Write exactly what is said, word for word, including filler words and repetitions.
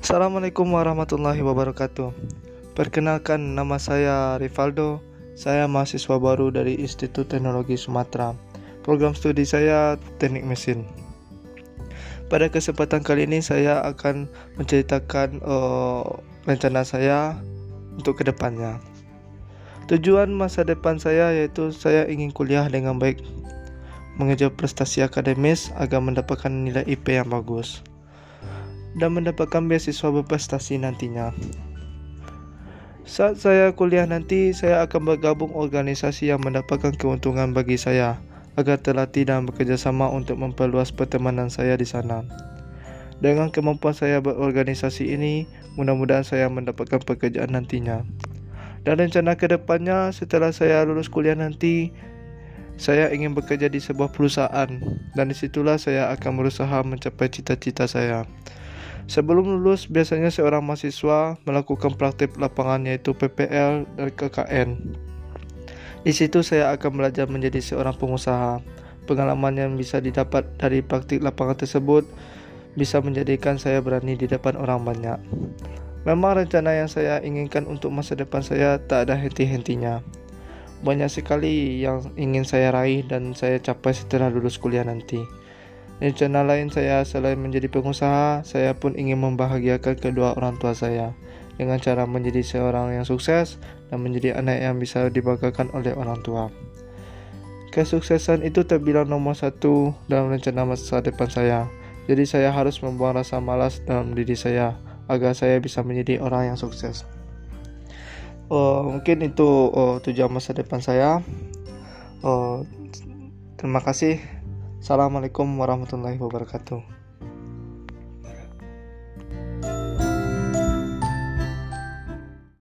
Assalamualaikum warahmatullahi wabarakatuh. Perkenalkan, nama saya Rivaldo. Saya mahasiswa baru dari Institut Teknologi Sumatera. Program studi saya Teknik Mesin. Pada kesempatan kali ini saya akan menceritakan uh, rencana saya untuk kedepannya. Tujuan masa depan saya yaitu saya ingin kuliah dengan baik, mengejar prestasi akademis agar mendapatkan nilai I P yang bagus dan mendapatkan beasiswa berprestasi nantinya. Saat saya kuliah nanti, saya akan bergabung organisasi yang mendapatkan keuntungan bagi saya agar terlatih dan bekerja sama untuk memperluas pertemanan saya di sana. Dengan kemampuan saya berorganisasi ini, mudah-mudahan saya mendapatkan pekerjaan nantinya. Dan rencana kedepannya setelah saya lulus kuliah nanti, saya ingin bekerja di sebuah perusahaan dan disitulah saya akan berusaha mencapai cita-cita saya. Sebelum lulus, biasanya seorang mahasiswa melakukan praktik lapangan yaitu P P L dan K K N. Di situ saya akan belajar menjadi seorang pengusaha. Pengalaman yang bisa didapat dari praktik lapangan tersebut bisa menjadikan saya berani di depan orang banyak. Memang rencana yang saya inginkan untuk masa depan saya tak ada henti-hentinya. Banyak sekali yang ingin saya raih dan saya capai setelah lulus kuliah nanti. Rencana lain saya selain menjadi pengusaha, saya pun ingin membahagiakan kedua orang tua saya dengan cara menjadi seorang yang sukses dan menjadi anak yang bisa dibanggakan oleh orang tua. Kesuksesan itu terbilang nomor satu dalam rencana masa depan saya. Jadi saya harus membuang rasa malas dalam diri saya agar saya bisa menjadi orang yang sukses. Oh, mungkin itu oh, tujuan masa depan saya. Oh, terima kasih. Assalamualaikum warahmatullahi wabarakatuh.